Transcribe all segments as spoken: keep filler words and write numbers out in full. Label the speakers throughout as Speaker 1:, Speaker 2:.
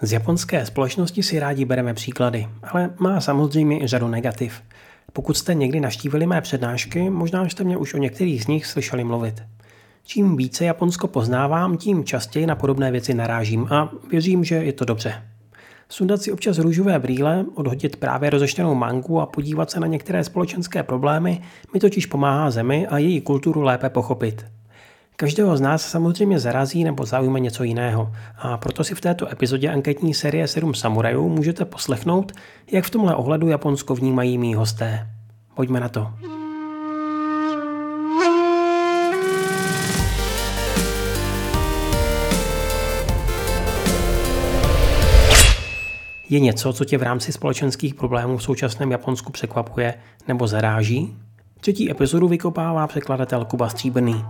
Speaker 1: Z japonské společnosti si rádi bereme příklady, ale má samozřejmě i řadu negativ. Pokud jste někdy navštívili mé přednášky, možná jste mě už o některých z nich slyšeli mluvit. Čím více Japonsko poznávám, tím častěji na podobné věci narážím a věřím, že je to dobře. Sundat si občas růžové brýle, odhodit právě rozeštěnou mangu a podívat se na některé společenské problémy mi totiž pomáhá zemi a její kulturu lépe pochopit. Každého z nás samozřejmě zarazí nebo zaujme něco jiného a proto si v této epizodě anketní série sedm samurajů můžete poslechnout, jak v tomhle ohledu Japonsko vnímají mí hosté. Pojďme na to. Je něco, co tě v rámci společenských problémů v současném Japonsku překvapuje nebo zaráží? Třetí epizodu vykopává překladatel Kuba Stříbrný.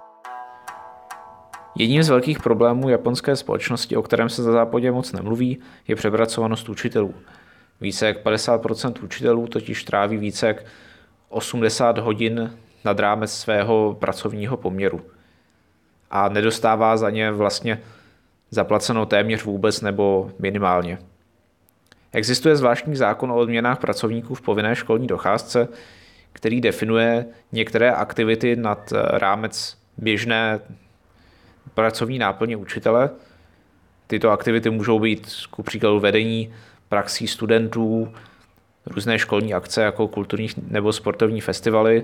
Speaker 2: Jedním z velkých problémů japonské společnosti, o kterém se za západě moc nemluví, je přepracovanost učitelů. Více jak padesát procent učitelů totiž tráví více jak osmdesát hodin nad rámec svého pracovního poměru. A nedostává za ně vlastně zaplaceno téměř vůbec nebo minimálně. Existuje zvláštní zákon o odměnách pracovníků v povinné školní docházce, který definuje některé aktivity nad rámec běžné pracovní náplně učitele. Tyto aktivity můžou být ku příkladu vedení praxí studentů, různé školní akce jako kulturní nebo sportovní festivaly,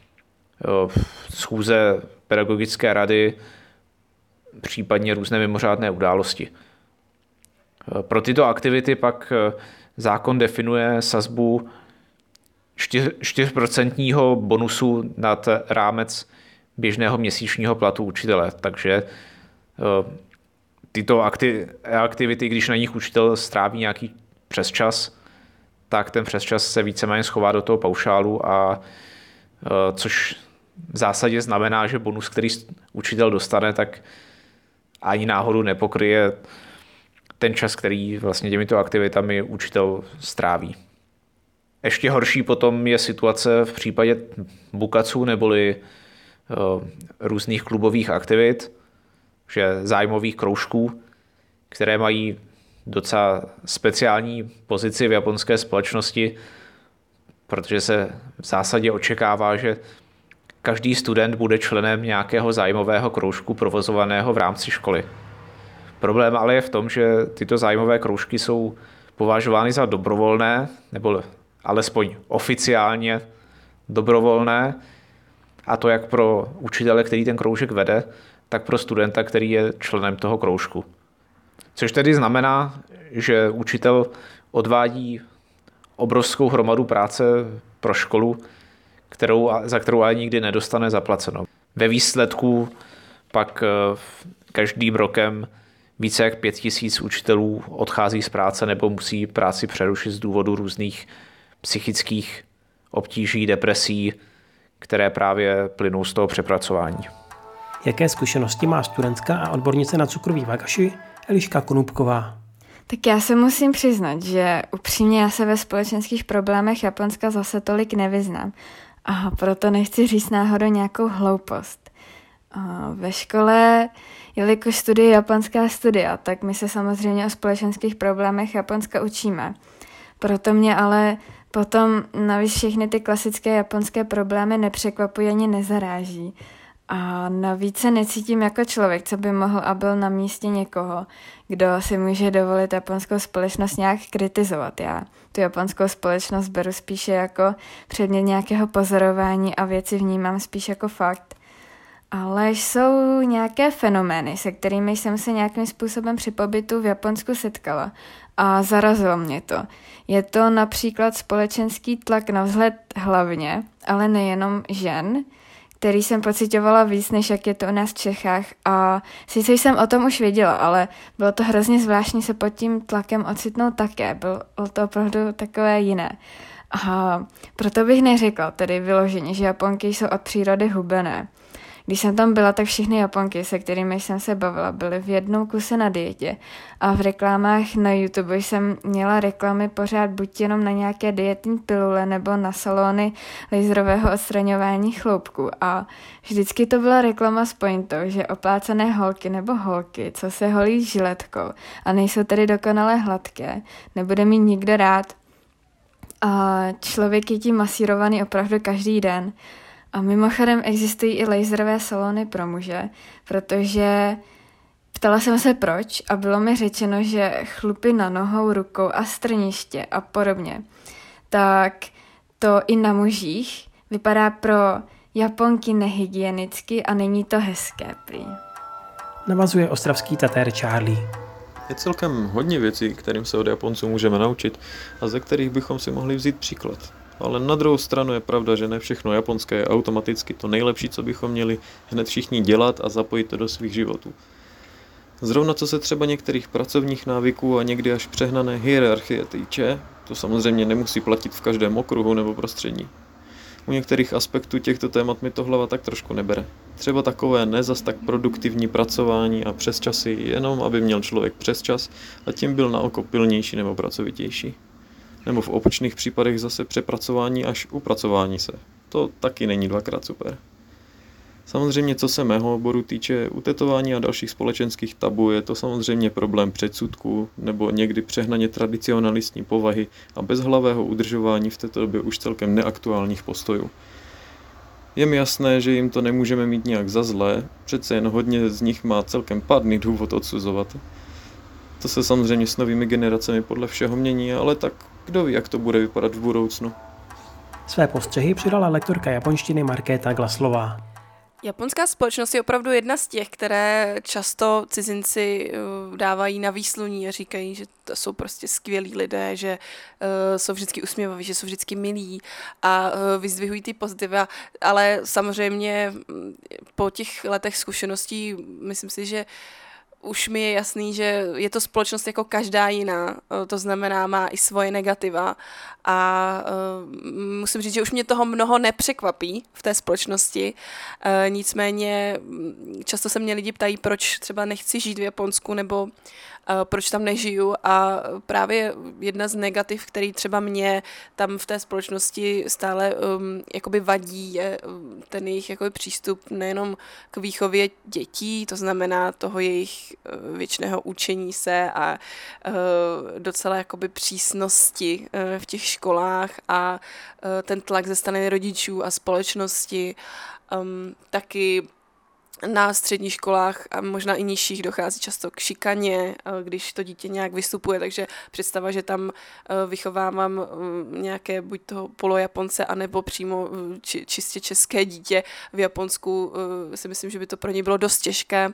Speaker 2: schůze pedagogické rady, případně různé mimořádné události. Pro tyto aktivity pak zákon definuje sazbu čtyři procenta bonusu nad rámec běžného měsíčního platu učitele. Takže tyto aktivity, když na nich učitel stráví nějaký přesčas, tak ten přesčas se víceméně schová do toho paušálu, a což v zásadě znamená, že bonus, který učitel dostane, tak ani náhodou nepokryje ten čas, který vlastně těmito aktivitami učitel stráví. Ještě horší potom je situace v případě bukaců neboli různých klubových aktivit, že zájmových kroužků, které mají docela speciální pozici v japonské společnosti, protože se v zásadě očekává, že každý student bude členem nějakého zájmového kroužku provozovaného v rámci školy. Problém ale je v tom, že tyto zájmové kroužky jsou považovány za dobrovolné, nebo alespoň oficiálně dobrovolné, a to jak pro učitele, který ten kroužek vede, tak pro studenta, který je členem toho kroužku. Což tedy znamená, že učitel odvádí obrovskou hromadu práce pro školu, kterou, za kterou ale nikdy nedostane zaplaceno. Ve výsledku pak každým rokem více jak pět tisíc učitelů odchází z práce nebo musí práci přerušit z důvodu různých psychických obtíží, depresí, které právě plynou z toho přepracování.
Speaker 1: Jaké zkušenosti má studentka a odbornice na cukrový wagashi Eliška Konůbková?
Speaker 3: Tak já se musím přiznat, že upřímně já se ve společenských problémech Japonska zase tolik nevyznám. A proto nechci říct náhodou nějakou hloupost. Ve škole, jelikož studuji japonská studia, tak my se samozřejmě o společenských problémech Japonska učíme. Proto mě ale potom navíc všechny ty klasické japonské problémy nepřekvapují ani nezaráží. A navíc se necítím jako člověk, co by mohl a byl na místě někoho, kdo si může dovolit japonskou společnost nějak kritizovat. Já tu japonskou společnost beru spíše jako předmět nějakého pozorování a věci vnímám spíš jako fakt. Ale jsou nějaké fenomény, se kterými jsem se nějakým způsobem při pobytu v Japonsku setkala a zarazilo mě to. Je to například společenský tlak na vzhled hlavně, ale nejenom žen, který jsem pocitovala víc, než jak je to u nás v Čechách. A sice jsem o tom už věděla, ale bylo to hrozně zvláštní se pod tím tlakem ocitnout také. Bylo to opravdu takové jiné. A proto bych neřekla tedy vyloženě, že Japonky jsou od přírody hubené. Když jsem tam byla, tak všechny Japonky, se kterými jsem se bavila, byly v jednom kuse na dietě. A v reklamách na YouTube jsem měla reklamy pořád buď jenom na nějaké dietní pilule nebo na salony laserového odstraňování chloupků. A vždycky to byla reklama s pointou, že oplácené holky nebo holky, co se holí žiletkou a nejsou tedy dokonale hladké, nebude mít nikdo rád. A člověk je tím masírovaný opravdu každý den. A mimochodem existují i laserové salony pro muže, protože ptala jsem se proč a bylo mi řečeno, že chlupy na nohou, rukou a strniště a podobně, tak to i na mužích vypadá pro Japonky nehygienicky a není to hezké prý.
Speaker 1: Navazuje ostravský tatér Charlie.
Speaker 4: Je celkem hodně věcí, kterým se od Japonců můžeme naučit a ze kterých bychom si mohli vzít příklad. Ale na druhou stranu je pravda, že ne všechno japonské je automaticky to nejlepší, co bychom měli hned všichni dělat a zapojit to do svých životů. Zrovna co se třeba některých pracovních návyků a někdy až přehnané hierarchie týče, to samozřejmě nemusí platit v každém okruhu nebo prostředí. U některých aspektů těchto témat mi to hlava tak trošku nebere. Třeba takové nezas tak produktivní pracování a přesčasy, jenom aby měl člověk přesčas a tím byl na oko pilnější nebo pracovitější. Nebo v opačných případech zase přepracování až upracování se. To taky není dvakrát super. Samozřejmě, co se mého oboru týče, u tetování a dalších společenských tabů je to samozřejmě problém předsudků nebo někdy přehnaně tradicionalistní povahy a bezhlavého udržování v této době už celkem neaktuálních postojů. Je mi jasné, že jim to nemůžeme mít nějak za zlé, přece jen hodně z nich má celkem pádný důvod odsuzovat. To se samozřejmě s novými generacemi podle všeho mění, ale tak kdo ví, jak to bude vypadat v budoucnu.
Speaker 1: Své postřehy přidala lektorka japonštiny Markéta Glaslová.
Speaker 5: Japonská společnost je opravdu jedna z těch, které často cizinci dávají na výsluní a říkají, že to jsou prostě skvělí lidé, že uh, jsou vždycky usměvaví, že jsou vždycky milí a uh, vyzdvihují ty pozitiva, ale samozřejmě po těch letech zkušeností myslím si, že už mi je jasný, že je to společnost jako každá jiná, to znamená má i svoje negativa a uh, musím říct, že už mě toho mnoho nepřekvapí v té společnosti, uh, nicméně často se mě lidi ptají, proč třeba nechci žít v Japonsku nebo uh, proč tam nežiju a právě jedna z negativ, který třeba mě tam v té společnosti stále um, jakoby vadí, je ten jejich jakoby přístup nejenom k výchově dětí, to znamená toho jejich věčného učení se a uh, docela jakoby přísnosti uh, v těch školách a uh, ten tlak ze strany rodičů a společnosti. Um, taky na středních školách a možná i nižších dochází často k šikaně, když to dítě nějak vystupuje, takže představa, že tam vychovávám nějaké buď toho polojaponce, anebo přímo či, čistě české dítě v Japonsku, si myslím, že by to pro ně bylo dost těžké.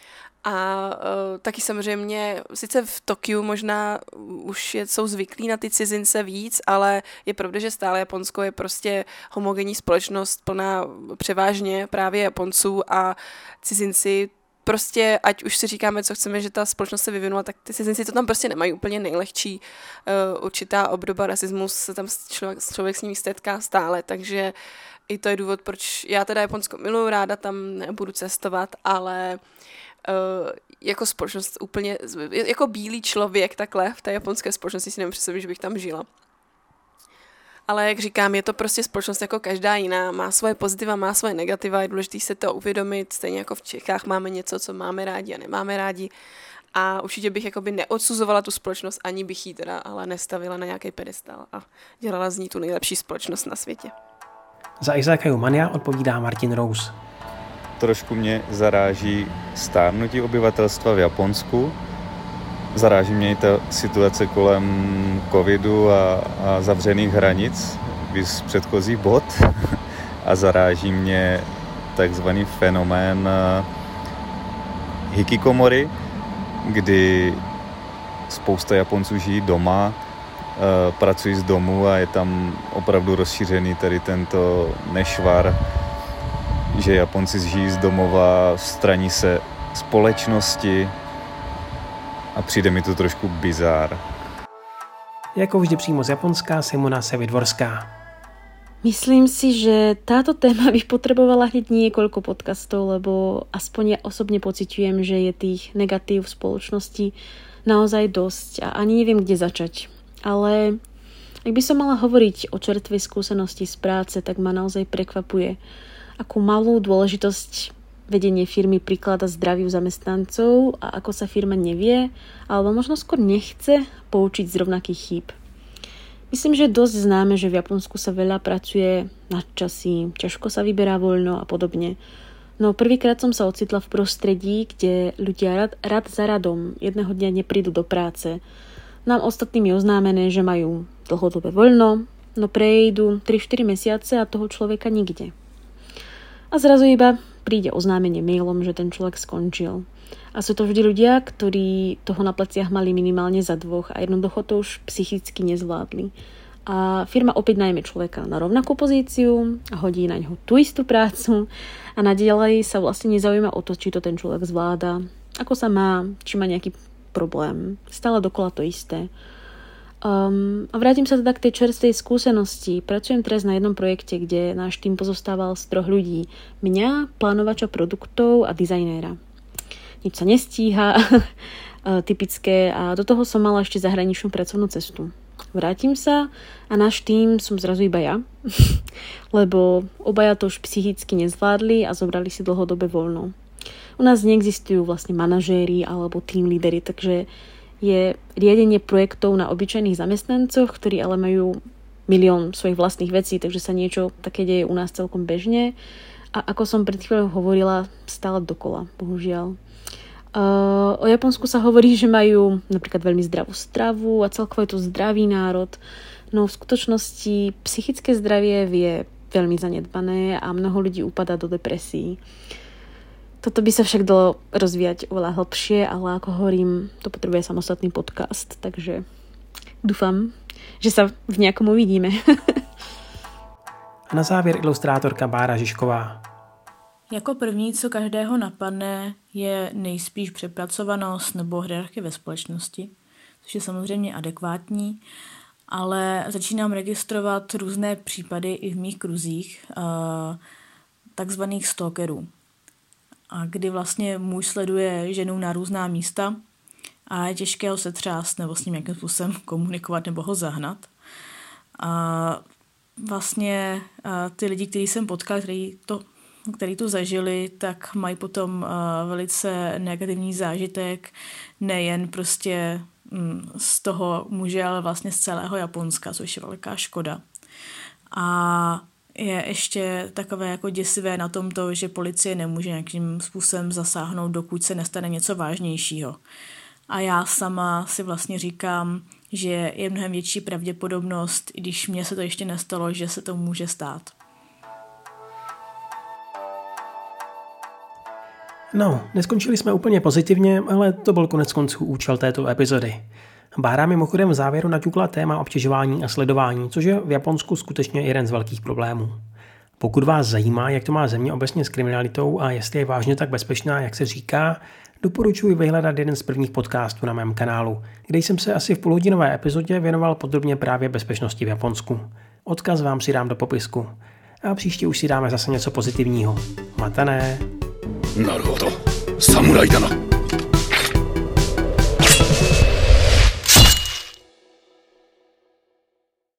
Speaker 5: A uh, taky samozřejmě, sice v Tokiu možná už je, jsou zvyklí na ty cizince víc, ale je pravda, že stále Japonsko je prostě homogenní společnost plná převážně právě Japonců a cizinci prostě, ať už si říkáme, co chceme, že ta společnost se vyvinula, tak ty cizinci to tam prostě nemají úplně nejlehčí. Uh, určitá obdoba rasismus se tam člověk, člověk s ním setká stále, takže i to je důvod, proč já teda Japonsko miluju, ráda tam budu cestovat, ale Uh, jako společnost úplně, jako bílý člověk takhle v té japonské společnosti si nevím představit, že bych tam žila. Ale jak říkám, je to prostě společnost jako každá jiná, má svoje pozitiva, má svoje negativa, je důležité se to uvědomit, stejně jako v Čechách máme něco, co máme rádi a nemáme rádi. A určitě bych jakoby neodsuzovala tu společnost, ani bych ji teda ale nestavila na nějaký pedestal a dělala z ní tu nejlepší společnost na světě.
Speaker 1: Za Izakaju Mania odpovídá Martin Rous.
Speaker 6: Trošku mě zaráží stárnutí obyvatelstva v Japonsku. Zaráží mě i ta situace kolem covidu a, a zavřených hranic, z předchozích bod. A zaráží mě takzvaný fenomén hikikomory, kdy spousta Japonců žijí doma, pracují z domu a je tam opravdu rozšířený tady tento nešvar, že Japonci žijí z domova, straní se společnosti a přijde mi to trošku bizár.
Speaker 1: Jako vždy přímo z Japonska Simona Sevidvorská.
Speaker 7: Myslím si, že táto téma by potrebovala hneď niekoľko podcastov, lebo aspoň ja osobne pociťujem, že je tých negatív v spoločnosti naozaj dosť a ani neviem, kde začať. Ale ak by som mala hovoriť o čerstvej skúsenosti z práce, tak ma naozaj prekvapuje, akú malú dôležitosť vedenie firmy prikladá zdraviu zamestnancov a ako sa firma nevie, alebo možno skôr nechce poučiť z rovnakých chýb. Myslím, že je dosť známe, že v Japonsku sa veľa pracuje nadčasy, ťažko sa vyberá voľno a podobne. No prvýkrát som sa ocitla v prostredí, kde ľudia rad, rad za radom jedného dňa neprídu do práce. Nám ostatným je oznámené, že majú dlhodobé voľno, no prejdú tri štyri mesiace a toho človeka nikde. A zrazu iba príde oznámenie mailom, že ten človek skončil. A sú to vždy ľudia, ktorí toho na pleciach mali minimálne za dvoch a jednoducho to už psychicky nezvládli. A firma opäť najme človeka na rovnakú pozíciu a hodí na ňo tú istú prácu a naďalej sa vlastne nezaujíma o to, či to ten človek zvláda, ako sa má, či má nejaký problém. Stále dokola to isté. Um, a vrátim sa teda k tej čerstvej skúsenosti. Pracujem teraz na jednom projekte, kde náš tým pozostával z troch ľudí. Mňa, plánovača produktov a dizajnéra. Nič sa nestíha, typické, a do toho som mala ešte zahraničnú pracovnú cestu. Vrátim sa a náš tým som zrazu iba ja, lebo obaja to už psychicky nezvládli a zobrali si dlhodobé voľno. U nás neexistujú vlastne manažéri alebo team líderi, takže je riadenie projektov na obyčajných zamestnancoch, ktorí ale majú milión svojich vlastných vecí, takže sa niečo také deje u nás celkom bežne. A ako som pred chvíľou hovorila, stále dokola, bohužiaľ. Uh, o Japonsku sa hovorí, že majú napríklad veľmi zdravú stravu a celkovo je to zdravý národ, no v skutočnosti psychické zdravie je veľmi zanedbané a mnoho ľudí upadá do depresií. Toto by sa však dalo rozvíjať oveľa hlbšie, ale ako hovorím, to potrebuje samostatný podcast, takže dúfam, že sa v nejakom uvidíme.
Speaker 1: A na závěr ilustrátorka Bára Žižková.
Speaker 8: Jako první, co každého napadne, je nejspíš přepracovanost nebo hierarchie ve společnosti, což je samozřejmě adekvátní, ale začínám registrovat různé případy i v mých kruzích takzvaných stalkerů, a kdy vlastně muž sleduje ženu na různá místa a je těžké ho setřást nebo s ním nějakým způsobem komunikovat nebo ho zahnat. A vlastně ty lidi, kteří jsem potkal, kteří to který to zažili, tak mají potom uh, velice negativní zážitek nejen prostě mm, z toho muže, ale vlastně z celého Japonska, což je velká škoda. A je ještě takové jako děsivé na tom to, že policie nemůže nějakým způsobem zasáhnout, dokud se nestane něco vážnějšího. A já sama si vlastně říkám, že je mnohem větší pravděpodobnost, i když mně se to ještě nestalo, že se to může stát.
Speaker 1: No, neskončili jsme úplně pozitivně, ale to byl konec konců účel této epizody. Bára mimochodem v závěru naťukla téma obtěžování a sledování, což je v Japonsku skutečně jeden z velkých problémů. Pokud vás zajímá, jak to má země obecně s kriminalitou a jestli je vážně tak bezpečná, jak se říká, doporučuji vyhledat jeden z prvních podcastů na mém kanálu, kde jsem se asi v půlhodinové epizodě věnoval podrobně právě bezpečnosti v Japonsku. Odkaz vám si dám do popisku. A příště už si dáme zase něco pozitivního. Matané!
Speaker 9: なるほど、侍だな。